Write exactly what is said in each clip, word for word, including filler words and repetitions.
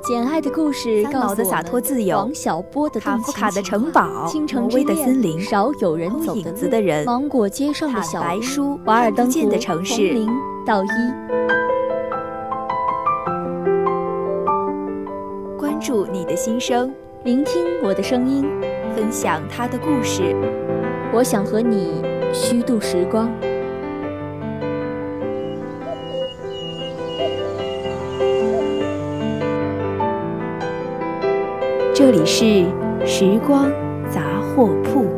简爱的故事告诉我们， 的洒脱自由， 王小波的卡夫卡的城堡， 倾城之挪威的森林， 少有人走的路的人， 芒果街上的小白书， 瓦尔登湖的城市， 从零到一。 关注你的心声， 聆听我的声音， 分享他的故事。 我想和你虚度时光。 这里是时光杂货铺。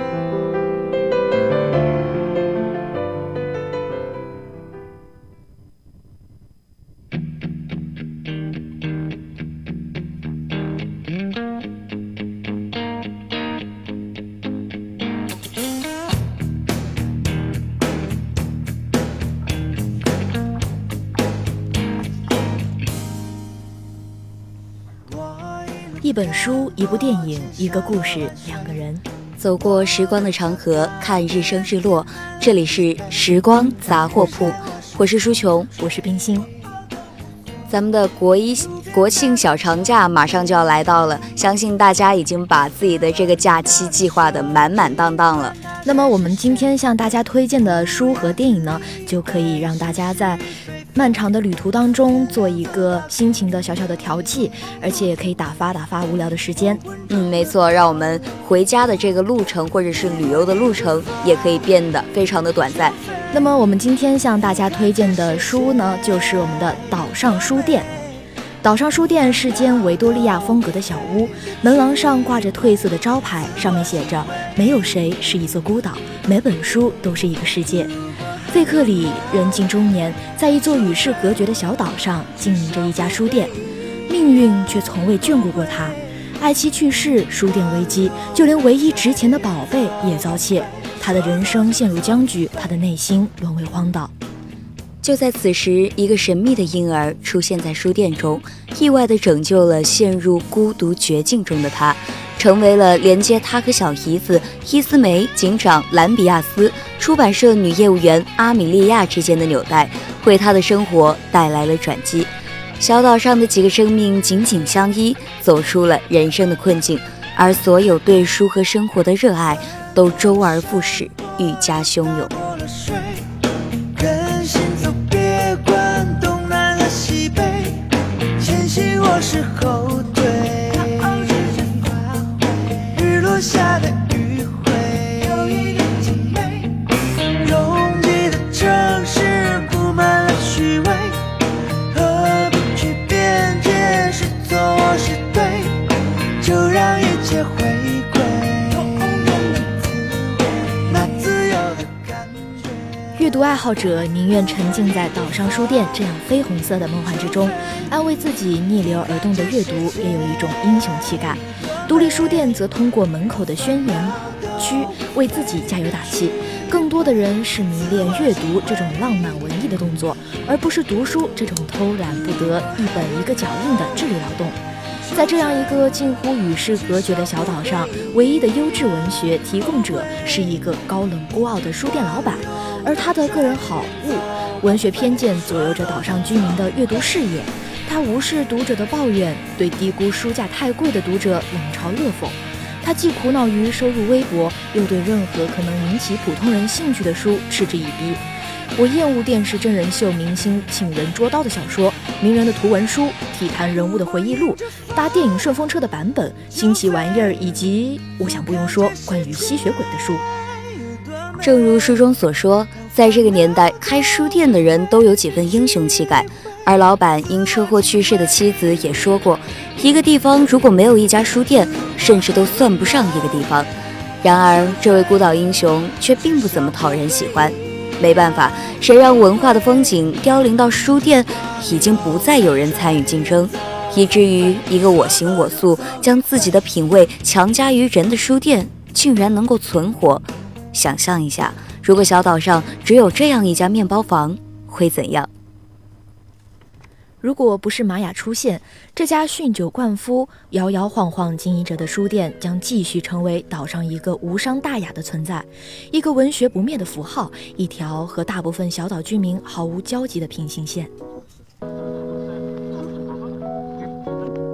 一本书，一部电影，一个故事，两个人， 走过时光的长河，看日升日落。这里是时光杂货铺，我是舒琼， 我是冰心。 咱们的国一国庆小长假马上就要来到了，相信大家已经把自己的这个假期计划的满满当当了。 那么我们今天向大家推荐的书和电影呢，就可以让大家在漫长的旅途当中做一个心情的小小的调剂，而且也可以打发打发无聊的时间。 嗯，没错，让我们回家的这个路程或者是旅游的路程也可以变得非常的短暂。 那么我们今天向大家推荐的书呢，就是我们的岛上书店。岛上书店是间维多利亚风格的小屋，门廊上挂着褪色的招牌，上面写着没有谁是一座孤岛，每本书都是一个世界。费克里人近中年，在一座与世隔绝的小岛上经营着一家书店，命运却从未眷顾过他。爱妻去世，书店危机，就连唯一值钱的宝贝也遭窃，他的人生陷入僵局，他的内心沦为荒岛。 就在此时，一个神秘的婴儿出现在书店中，意外地拯救了陷入孤独绝境中的他，成为了连接他和小姨子伊斯梅、警长兰比亚斯、出版社女业务员阿米莉亚之间的纽带，为他的生活带来了转机。小岛上的几个生命紧紧相依，走出了人生的困境，而所有对书和生活的热爱都周而复始，愈加汹涌。 我是后退，日落下的余晖，有一点凄美。拥挤的城市布满了虚伪，何必去辩解是错或是对，就让一切回归那自由的感觉。 阅读爱好者宁愿沉浸在岛上书店这样绯红色的梦幻之中，安慰自己逆流而动的阅读也有一种英雄气概。独立书店则通过门口的宣言区为自己加油打气。更多的人是迷恋阅读这种浪漫文艺的动作，而不是读书这种偷懒不得一本一个脚印的智力劳动。在这样一个近乎与世隔绝的小岛上，唯一的优质文学提供者是一个高冷孤傲的书店老板，而他的个人好恶、文学偏见左右着岛上居民的阅读视野。他无视读者的抱怨，对低估书价太贵的读者冷嘲热讽。他既苦恼于收入微薄，又对任何可能引起普通人兴趣的书嗤之以鼻。我厌恶电视真人秀明星请人捉刀的小说，名人的图文书，体坛人物的回忆录，搭电影顺风车的版本，新奇玩意儿，以及我想不用说关于吸血鬼的书。 正如书中所说，在这个年代，开书店的人都有几分英雄气概。而老板因车祸去世的妻子也说过，一个地方如果没有一家书店，甚至都算不上一个地方。然而这位孤岛英雄却并不怎么讨人喜欢。没办法，谁让文化的风景凋零到书店已经不再有人参与竞争，以至于一个我行我素，将自己的品味强加于人的书店竟然能够存活。想象一下，如果小岛上只有这样一家面包房会怎样？ 如果不是玛雅出现，这家酗酒灌夫、摇摇晃晃经营着的书店将继续成为岛上一个无伤大雅的存在，一个文学不灭的符号，一条和大部分小岛居民毫无交集的平行线。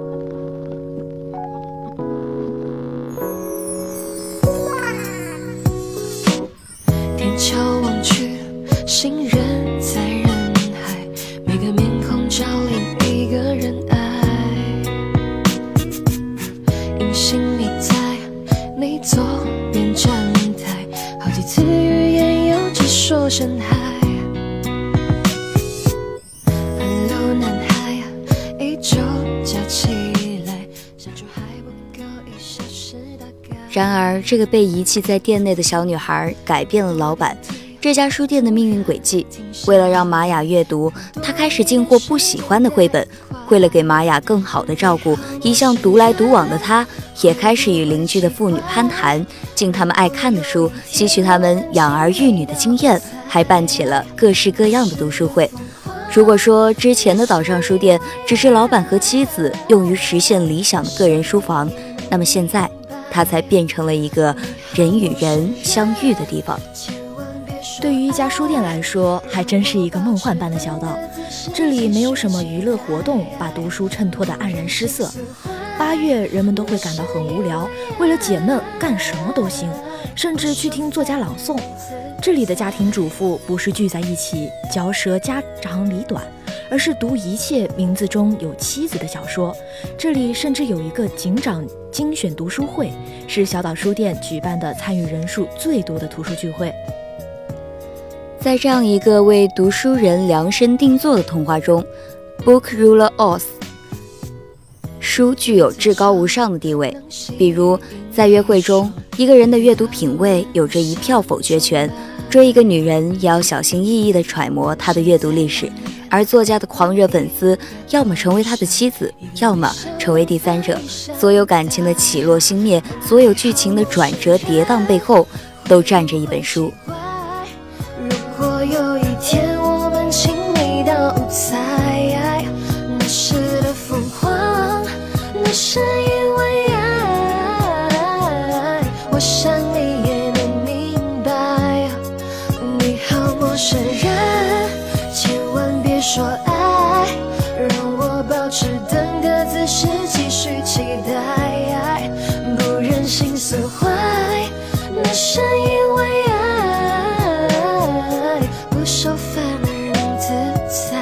过深海。Hello 男孩，一周加起来，想说还不够一小时大概。 然而，这个被遗弃在店内的小女孩改变了老板这家书店的命运轨迹。为了让玛雅阅读，她开始进货不喜欢的绘本。为了给玛雅更好的照顾，一向独来独往的她也开始与邻居的妇女攀谈，进他们爱看的书，吸取他们养儿育女的经验，还办起了各式各样的读书会。如果说之前的岛上书店只是老板和妻子用于实现理想的个人书房，那么现在它才变成了一个人与人相遇的地方。 对于一家书店来说，还真是一个梦幻般的小岛。这里没有什么娱乐活动把读书衬托得黯然失色。八月人们都会感到很无聊，为了解闷干什么都行，甚至去听作家朗诵。这里的家庭主妇不是聚在一起嚼舌家长里短，而是读一切名字中有妻子的小说。这里甚至有一个警长精选读书会，是小岛书店举办的参与人数最多的图书聚会。 在这样一个为读书人量身定做的童话中， Book Ruler Oz， 书具有至高无上的地位。比如在约会中，一个人的阅读品味有着一票否决权，追一个女人也要小心翼翼地揣摩她的阅读历史，而作家的狂热粉丝要么成为他的妻子，要么成为第三者。所有感情的起落兴灭，所有剧情的转折跌宕背后，都站着一本书。 如果有一天我们亲密到无猜，那时的疯狂，那是因为爱。我想你也能明白，你好陌生人，千万别说爱，让我保持等个姿势继续期待，不忍心损坏，那是因为爱。手反而能自在。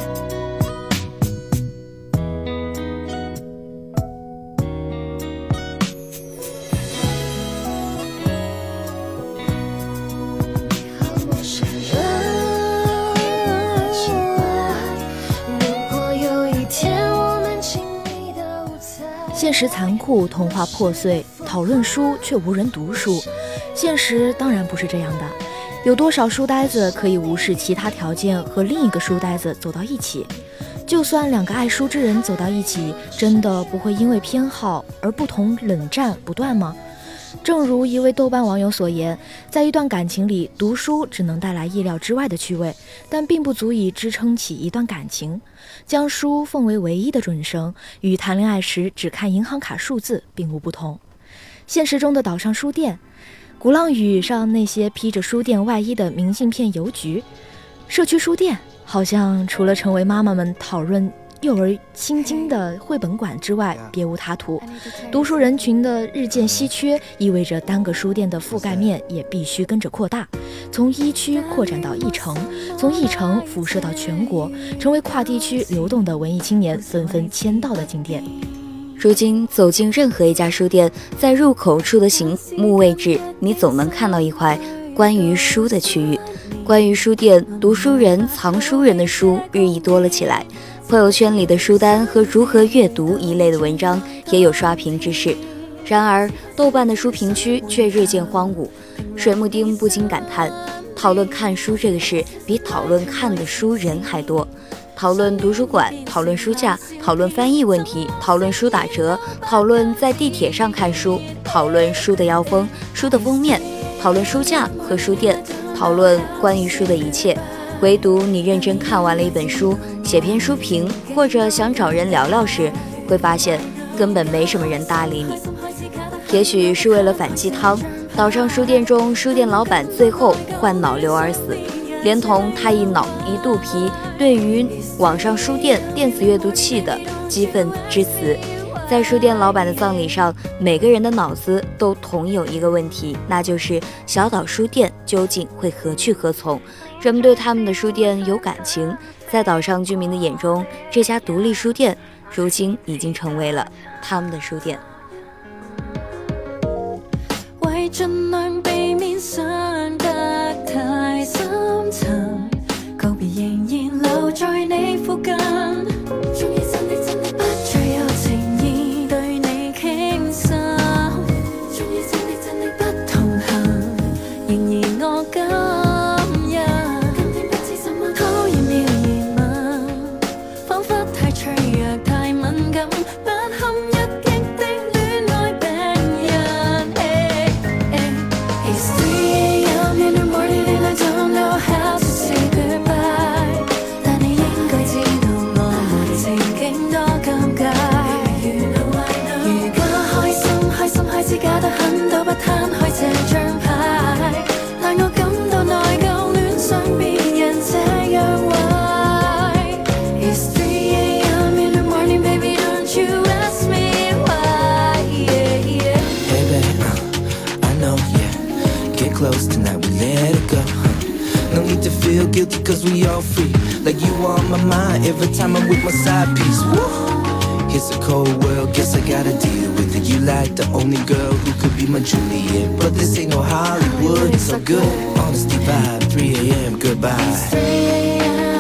现实残酷，童话破碎，讨论书却无人读书。现实当然不是这样的。有多少书呆子可以无视其他条件和另一个书呆子走到一起？就算两个爱书之人走到一起，真的不会因为偏好而不同冷战不断吗？正如一位豆瓣网友所言，在一段感情里，读书只能带来意料之外的趣味，但并不足以支撑起一段感情。将书奉为唯一的准绳，与谈恋爱时只看银行卡数字并无不同。现实中的岛上书店，鼓浪屿上那些披着书店外衣的明信片邮局，社区书店好像除了成为妈妈们讨论幼儿心经的绘本馆之外别无他途。读书人群的日渐稀缺，意味着单个书店的覆盖面也必须跟着扩大，从一区扩展到一城，从一城辐射到全国，成为跨地区流动的文艺青年纷纷签到的景点。 如今走进任何一家书店，在入口处的醒目位置，你总能看到一块关于书的区域。关于书店、读书人、藏书人的书日益多了起来，朋友圈里的书单和如何阅读一类的文章也有刷屏之势。然而豆瓣的书评区却日渐荒芜。水木丁不禁感叹，讨论看书这个事比讨论看的书人还多。讨论图书馆，讨论书架，讨论翻译问题，讨论书打折，讨论在地铁上看书，讨论书的腰封、书的封面，讨论书架和书店，讨论关于书的一切。唯独你认真看完了一本书，写篇书评，或者想找人聊聊时，会发现根本没什么人搭理你。也许是为了反鸡汤，岛上书店中书店老板最后患脑瘤而死，连同他一脑一肚皮对于网上书店电子阅读器的激愤之词。在书店老板的葬礼上，每个人的脑子都同有一个问题，那就是小岛书店究竟会何去何从？人们对他们的书店有感情，在岛上居民的眼中，这家独立书店如今已经成為了他們的書店。 為盡量避免想得太深時隔得很都不攤開這張牌，但我感到內疚，戀上別人這樣壞。It's three a m in the morning, baby, don't you ask me why? Yeah, yeah. Hey babe, uh, I know, yeah. Get close tonight, we let it go. Huh? No need to feel guilty, cause we all free. Like you on my mind every time I'm with my side piece. Woo! It's a cold world, guess I gotta deal with it. You like the only girl who could be my Juliet, but this ain't no Hollywood. It's so good, honesty vibe. three a m goodbye. It's three a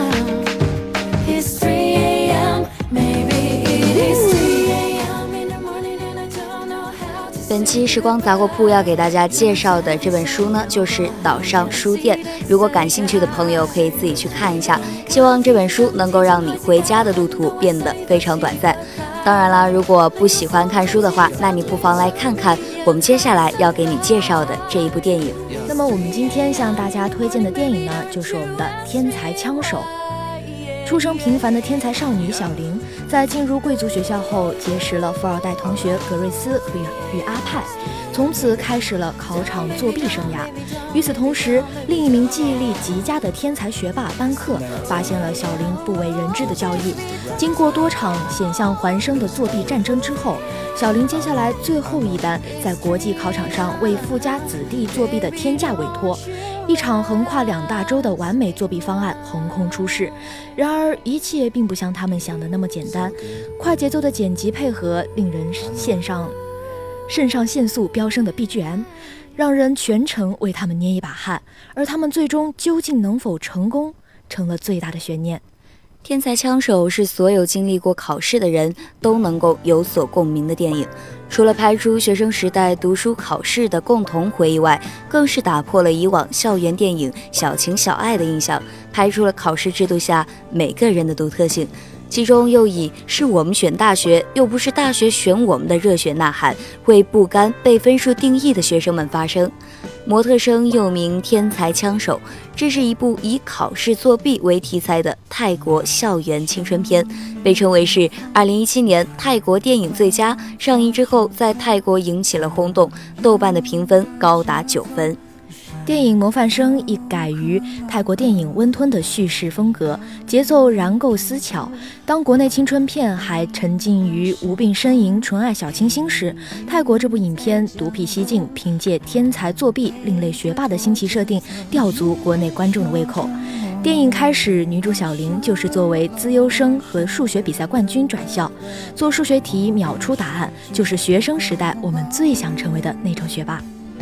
m It's three a m Maybe it is three a m in the morning and I don't know how to. 本期时光杂货铺要给大家介绍的这本书呢，就是岛上书店。如果感兴趣的朋友可以自己去看一下，希望这本书能够让你回家的路途变得非常短暂。当然啦，如果不喜欢看书的话，那你不妨来看看我们接下来要给你介绍的这一部电影。 那么我们今天向大家推荐的电影呢，就是我们的《天才枪手》。出生平凡的天才少女小玲，在进入贵族学校后，结识了富二代同学格瑞斯与与阿派，从此开始了考场作弊生涯。与此同时，另一名记忆力极佳的天才学霸班克发现了小玲不为人知的交易。经过多场险象环生的作弊战争之后，小玲接下来最后一单在国际考场上为富家子弟作弊的天价委托。一场横跨两大洲的完美作弊方案横空出世，然而一切并不像他们想的那么简单。快节奏的剪辑配合，令人献上肾上腺素飙升的 B G M， 让人全程为他们捏一把汗。而他们最终究竟能否成功，成了最大的悬念。 天才枪手是所有经历过考试的人都能够有所共鸣的电影，除了拍出学生时代读书考试的共同回忆外，更是打破了以往校园电影小情小爱的印象，拍出了考试制度下每个人的独特性，其中又以是我们选大学又不是大学选我们的热血呐喊为不甘被分数定义的学生们发声。模特生又名天才枪手，这是一部以考试作弊为题材的泰国校园青春片，被称为是二零一七年泰国电影最佳，上映之后在泰国引起了轰动，豆瓣的评分高达九分。 电影《模范生》亦改于泰国电影温吞的叙事风格，节奏燃够思巧。当国内青春片还沉浸于无病呻吟、纯爱小清新时，泰国这部影片独辟蹊径，凭借天才作弊、另类学霸的新奇设定，吊足国内观众的胃口。电影开始，女主小玲就是作为资优生和数学比赛冠军转校，做数学题秒出答案，就是学生时代我们最想成为的那种学霸。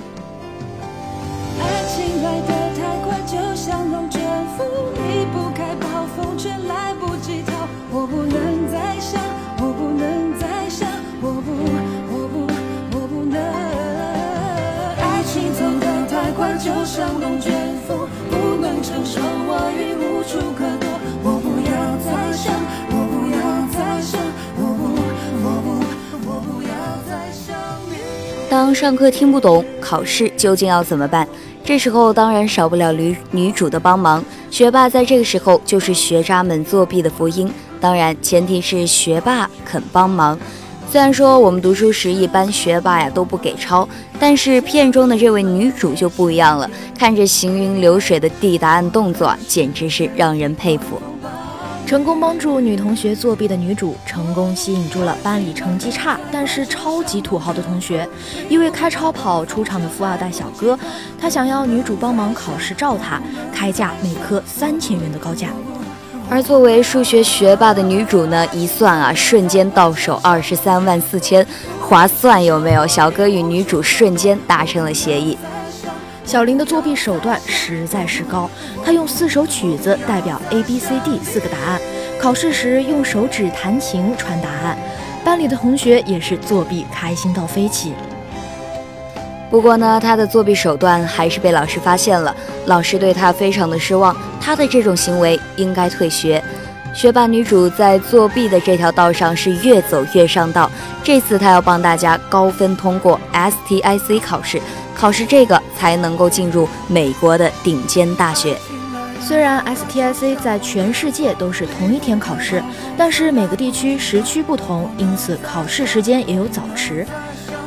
来得太快，就像龙卷风，离不开暴风圈，来不及逃。我不能再想，我不能再想，我不，我不，我不能。爱情走得太快，就像龙卷风，不能承受，我已无处可躲。我不要再想，我不要再想，我不，我不，我不要再想你。 当上课听不懂，考试究竟要怎么办？这时候当然少不了女女主的帮忙，学霸在这个时候就是学渣们作弊的福音，当然前提是学霸肯帮忙。虽然说我们读书时一般学霸呀都不给抄，但是片中的这位女主就不一样了，看着行云流水的递答案动作，简直是让人佩服。 成功帮助女同学作弊的女主，成功吸引住了班里成绩差但是超级土豪的同学。一位开超跑出场的富二代小哥，他想要女主帮忙考试照他，开价每科三千元的高价。 而作为数学学霸的女主呢，一算啊，瞬间到手二十三万四千，划算有没有？小哥与女主瞬间达成了协议。 小玲的作弊手段实在是高，她用四首曲子代表 A B C D 四个答案，考试时用手指弹琴传答案，班里的同学也是作弊开心到飞起。 不过呢，她的作弊手段还是被老师发现了，老师对她非常的失望，她的这种行为应该退学。学霸女主在作弊的这条道上是越走越上道，这次她要帮大家高分通过 S T I C 考试，考试这个才能够进入美国的顶尖大学。 虽然 S T I C 在全世界都是同一天考试，但是每个地区时区不同，因此考试时间也有早迟。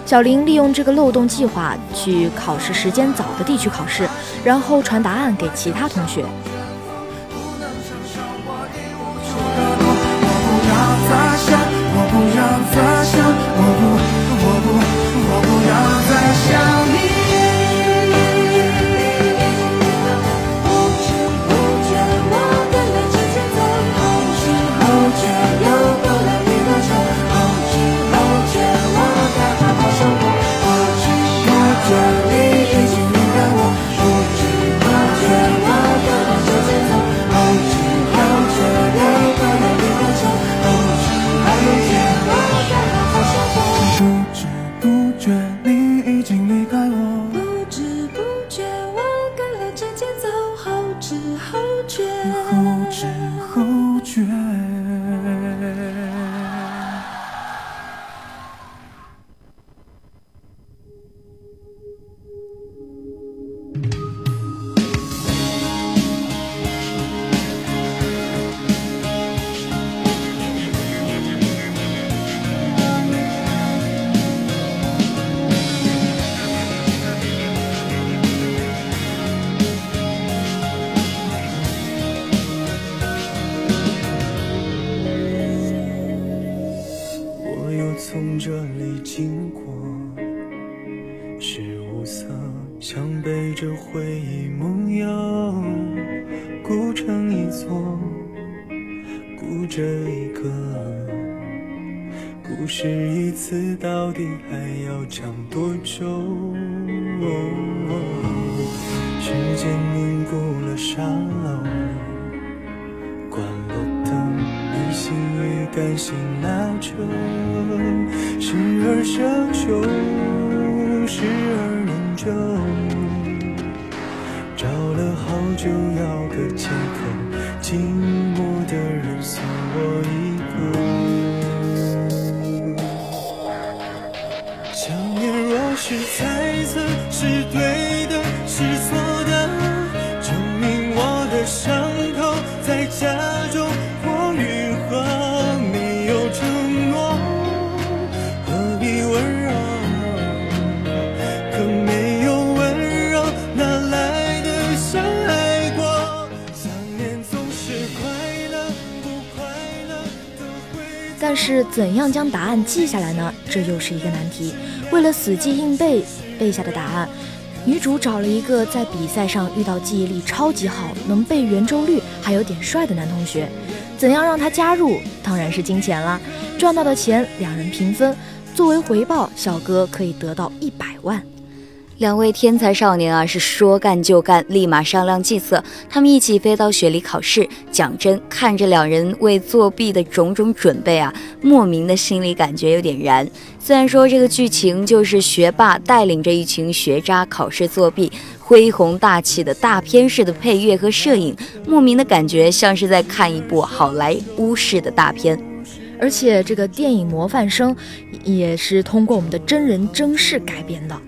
小林利用这个漏洞计划去考试时间早的地区考试，然后传答案给其他同学。 从这里经过，是无色，像背着回忆梦游，孤城一座，孤着一个故事，一次到底还要讲多久？时间凝固了沙漏，关了灯，理性与感性拉扯，时而奢求，时而忍着，找了好久要个借口，寂寞的人送我一个。想念若是猜测，是对的，是错的，证明我的伤口在加重或愈合，没有承诺，何必温柔？可没有温柔，哪来的相爱过？想念总是快乐，不快乐都会。 但是怎样将答案记下来呢？这又是一个难题。为了死记硬背背下的答案，女主找了一个在比赛上遇到记忆力超级好，能背圆周率，还有点帅的男同学。怎样让他加入？当然是金钱啦！赚到的钱两人平分，作为回报，小哥可以得到一百万。 两位天才少年啊，是说干就干，立马商量计策。他们一起飞到雪梨考试。讲真，看着两人为作弊的种种准备啊，莫名的心里感觉有点燃。虽然说这个剧情就是学霸带领着一群学渣考试作弊，恢宏大气的大片式的配乐和摄影，莫名的感觉像是在看一部好莱坞式的大片。 而且这个电影模范生也是通过我们的真人真事改编的。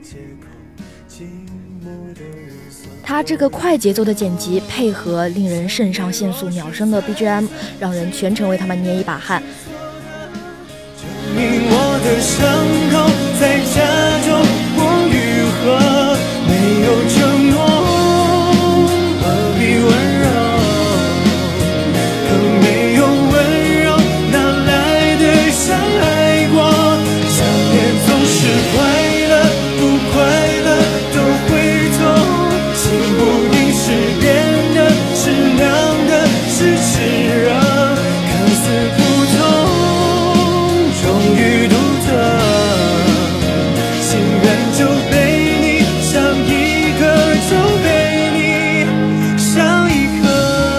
他这个快节奏的剪辑，配合令人肾上腺素秒升的 B G M， 让人全程为他们捏一把汗。 证明我的伤口在加重或愈合，没有承诺，何必温柔？可没有温柔，哪来的相爱过？想念总是快乐，不快乐都会痛。心不定是变的，是凉的，是炽热，看似普通，终于独特。心软就被你想一颗，就被你想一颗。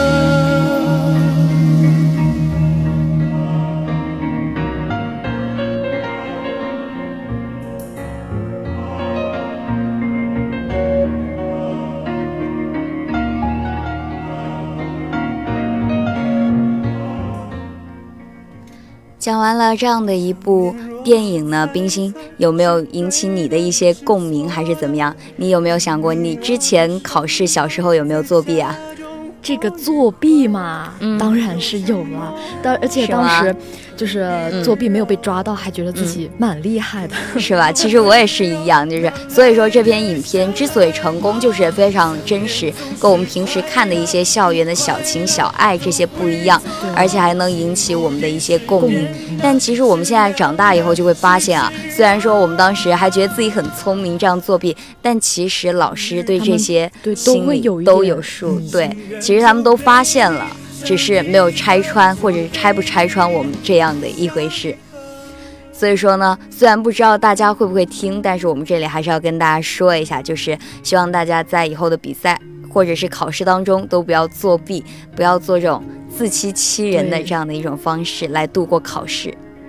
讲完了这样的一部电影呢，冰心有没有引起你的一些共鸣，还是怎么样？你有没有想过，你之前考试小时候有没有作弊啊？ 这个作弊嘛， 嗯、 当然是有了，但而且当时就是作弊没有被抓到，嗯、还觉得自己蛮厉害的， 是吧？其实我也是一样，就是所以说这篇影片之所以成功，就是非常真实，跟我们平时看的一些校园的小情小爱这些不一样，而且还能引起我们的一些共鸣。但其实我们现在长大以后就会发现啊，虽然说我们当时还觉得自己很聪明这样作弊，但其实老师对这些心里都有数，对，其实他们都发现了，只是没有拆穿，或者是拆不拆穿我们这样的一回事。所以说呢，虽然不知道大家会不会听，但是我们这里还是要跟大家说一下，就是希望大家在以后的比赛或者是考试当中都不要作弊，不要做这种自欺欺人的这样的一种方式来度过考试。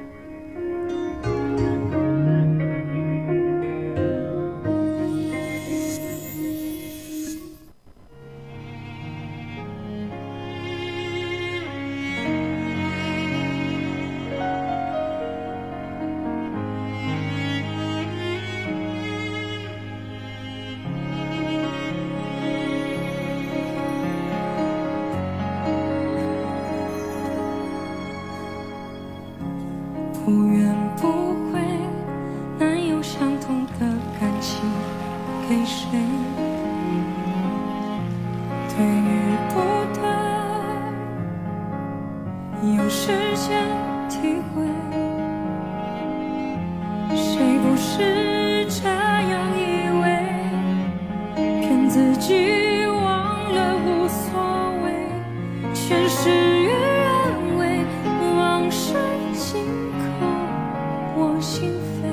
不怨不悔，难有相同的感情给谁？对与不对，有时间体会。谁不是这样以为，骗自己忘了无所谓，全事与愿违，往事紧扣我心扉。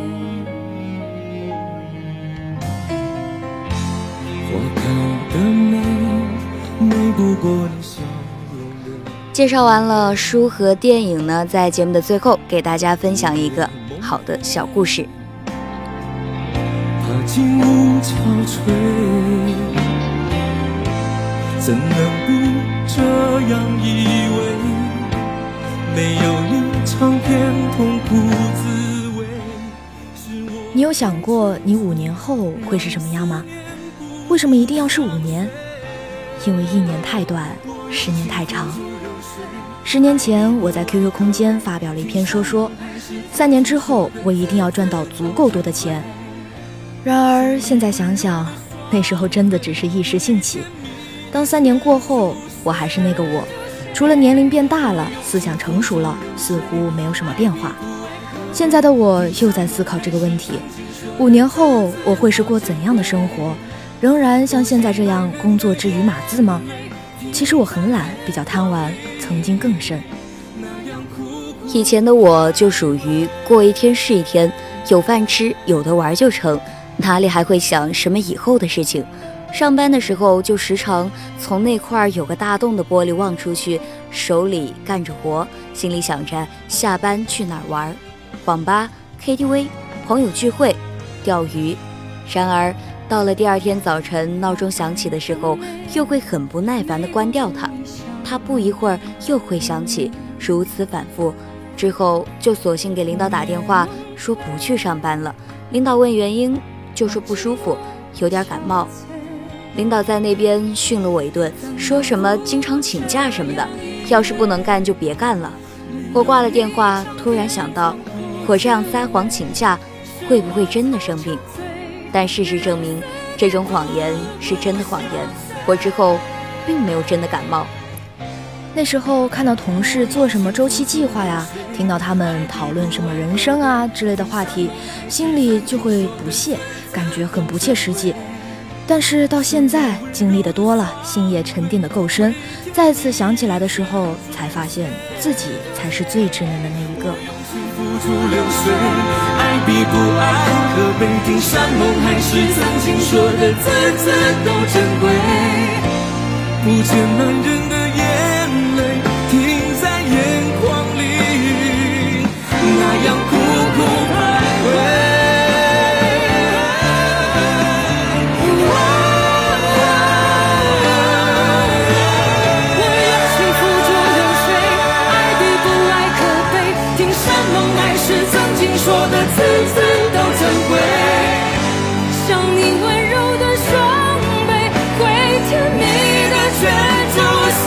花开的美，美不过你笑容的。 介绍完了书和电影呢，在节目的最后给大家分享一个好的小故事。 怕金屋憔悴，怎能不这样以为？没有你尝遍痛苦滋味。 你有想过你五年后会是什么样吗？为什么一定要是五年？因为一年太短，十年太长。十年前我在 Q Q 空间发表了一篇说说，三年之后我一定要赚到足够多的钱。然而现在想想，那时候真的只是一时兴起。当三年过后，我还是那个我，除了年龄变大了，思想成熟了，似乎没有什么变化。现在的我又在思考这个问题，五年后我会是过怎样的生活？仍然像现在这样工作之于码字吗？其实我很懒，比较贪玩，曾经更甚。 以前的我就属于过一天是一天，有饭吃有得玩就成，哪里还会想什么以后的事情。上班的时候就时常从那块有个大洞的玻璃望出去，手里干着活，心里想着下班去哪儿玩，网吧、K T V、朋友聚会、钓鱼。然而到了第二天早晨闹钟响起的时候，又会很不耐烦地关掉它，它不一会儿又会响起，如此反复。之后就索性给领导打电话说不去上班了，领导问原因，就说不舒服，有点感冒。领导在那边训了我一顿，说什么经常请假什么的，要是不能干就别干了。我挂了电话，突然想到我这样撒谎请假会不会真的生病？但事实证明，这种谎言是真的谎言，我之后并没有真的感冒。 那时候看到同事做什么周期计划呀，听到他们讨论什么人生啊之类的话题，心里就会不屑，感觉很不切实际。但是到现在经历的多了，心也沉淀的够深，再次想起来的时候，才发现自己才是最稚嫩的那一个。 付出流水，爱比不爱可悲，听山盟海誓，曾经说的字字都珍贵。不见男人的眼泪停在眼眶里，那样苦苦徘徊。说的字字都珍贵，像你温柔的双臂，会甜蜜的眷顾。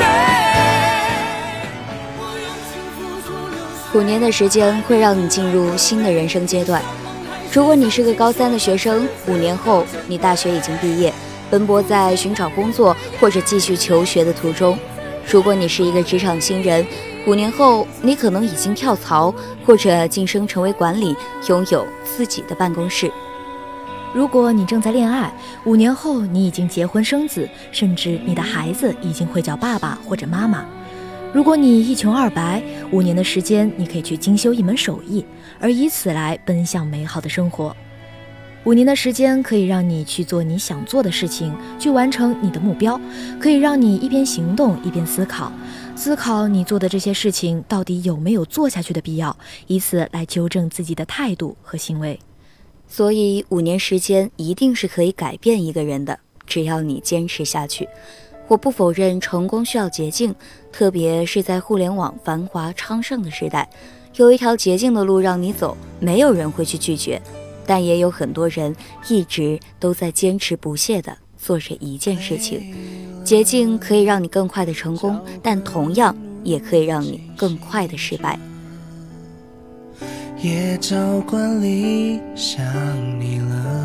五年的时间会让你进入新的人生阶段。如果你是个高三的学生，五年后你大学已经毕业，奔波在寻找工作或者继续求学的途中。如果你是一个职场新人，五年后你可能已经跳槽或者晋升成为管理，拥有自己的办公室。 如果你正在恋爱，五年后你已经结婚生子，甚至你的孩子已经会叫爸爸或者妈妈。如果你一穷二白，五年的时间你可以去精修一门手艺，而以此来奔向美好的生活。五年的时间可以让你去做你想做的事情，去完成你的目标，可以让你一边行动一边思考，思考你做的这些事情到底有没有做下去的必要，以此来纠正自己的态度和行为。 所以五年时间一定是可以改变一个人的，只要你坚持下去。我不否认成功需要捷径，特别是在互联网繁华昌盛的时代，有一条捷径的路让你走，没有人会去拒绝。但也有很多人一直都在坚持不懈地做着一件事情。捷径可以让你更快的成功，但同样也可以让你更快的失败。 也早惯理想你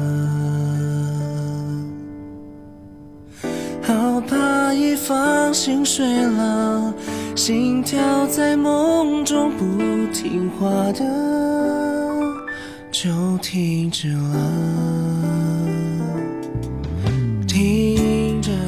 了，好怕一放心睡了，心跳在梦中不听话的就停止了，听着。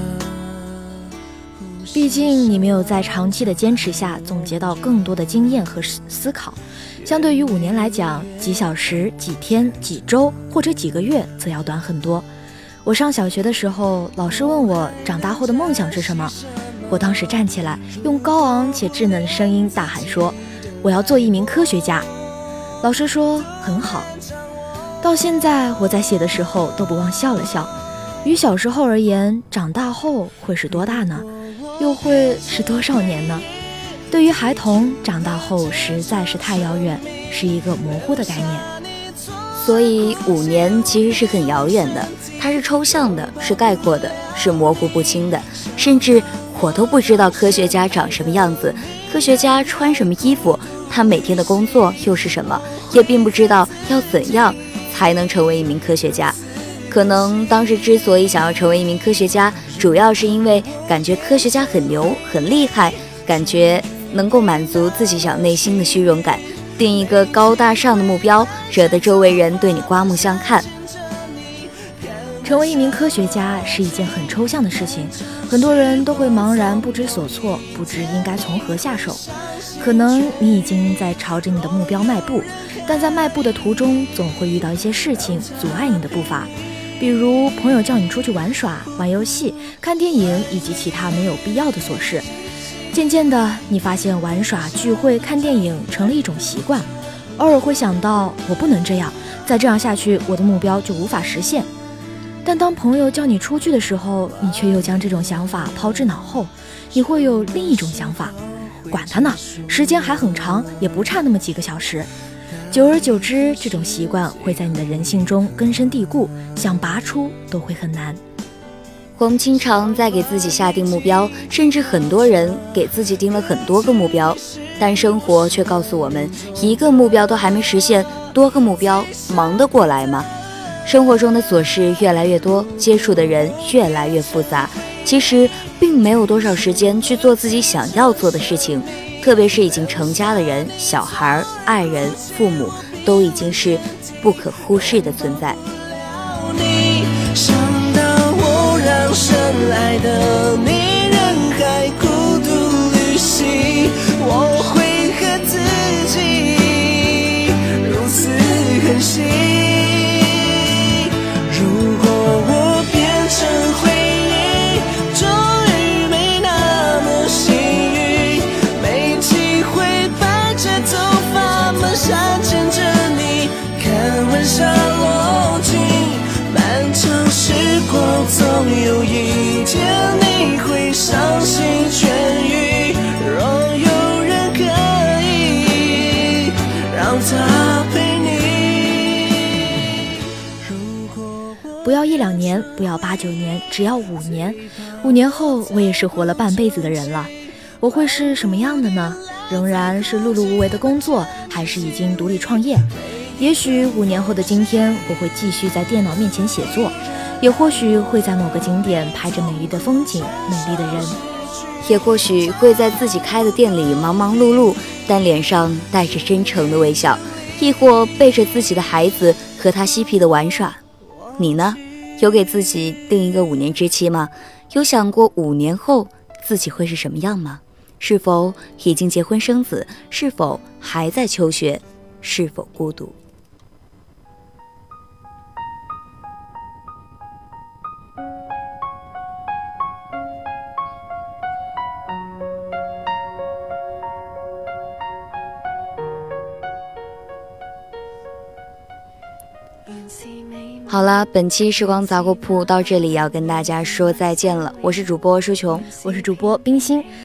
毕竟你没有在长期的坚持下总结到更多的经验和思考，相对于五年来讲，几小时、几天、几周或者几个月则要短很多。我上小学的时候，老师问我长大后的梦想是什么，我当时站起来，用高昂且稚嫩的声音大喊说：“我要做一名科学家。”老师说：“很好。”到现在我在写的时候都不忘笑了笑。于小时候而言，长大后会是多大呢？又会是多少年呢？对于孩童，长大后实在是太遥远，是一个模糊的概念。 所以五年其实是很遥远的，它是抽象的，是概括的，是模糊不清的，甚至我都不知道科学家长什么样子，科学家穿什么衣服，他每天的工作又是什么，也并不知道要怎样才能成为一名科学家。可能当时之所以想要成为一名科学家，主要是因为感觉科学家很牛很厉害，感觉能够满足自己小内心的虚荣感，定一个高大上的目标，惹得周围人对你刮目相看。 成为一名科学家是一件很抽象的事情，很多人都会茫然不知所措，不知应该从何下手。可能你已经在朝着你的目标迈步，但在迈步的途中总会遇到一些事情阻碍你的步伐，比如朋友叫你出去玩耍、玩游戏、看电影以及其他没有必要的琐事。渐渐的，你发现玩耍、聚会、看电影成了一种习惯，偶尔会想到我不能这样，再这样下去我的目标就无法实现。但当朋友叫你出去的时候，你却又将这种想法抛之脑后，你会有另一种想法，管他呢，时间还很长，也不差那么几个小时。久而久之，这种习惯会在你的人性中根深蒂固，想拔出都会很难。 我们经常在给自己下定目标，甚至很多人给自己定了很多个目标，但生活却告诉我们，一个目标都还没实现，多个目标忙得过来吗？生活中的琐事越来越多，接触的人越来越复杂，其实并没有多少时间去做自己想要做的事情，特别是已经成家的人，小孩、爱人、父母都已经是不可忽视的存在。 你想到我让生来的你，人海孤独旅行，我会和自己如此狠心。如果我变成回忆，终于没那么幸运，没机会白着头发蹒跚牵着你，看晚霞落尽，漫长时光总有一天你会伤心痊愈。若有人可以让他陪你， 不要一两年，不要八九年，只要五年。五年后，我也是活了半辈子的人了。 我会是什么样的呢？仍然是碌碌无为的工作，还是已经独立创业？也许五年后的今天，我会继续在电脑面前写作，也或许会在某个景点拍着美丽的风景、美丽的人， 也或许会在自己开的店里忙忙碌碌，但脸上带着真诚的微笑，亦或背着自己的孩子和他嬉皮的玩耍。你呢？有给自己定一个五年之期吗？有想过五年后自己会是什么样吗？是否已经结婚生子？是否还在求学？是否孤独？好了，本期时光杂货铺到这里要跟大家说再见了。我是主播舒琼， 我是主播冰心。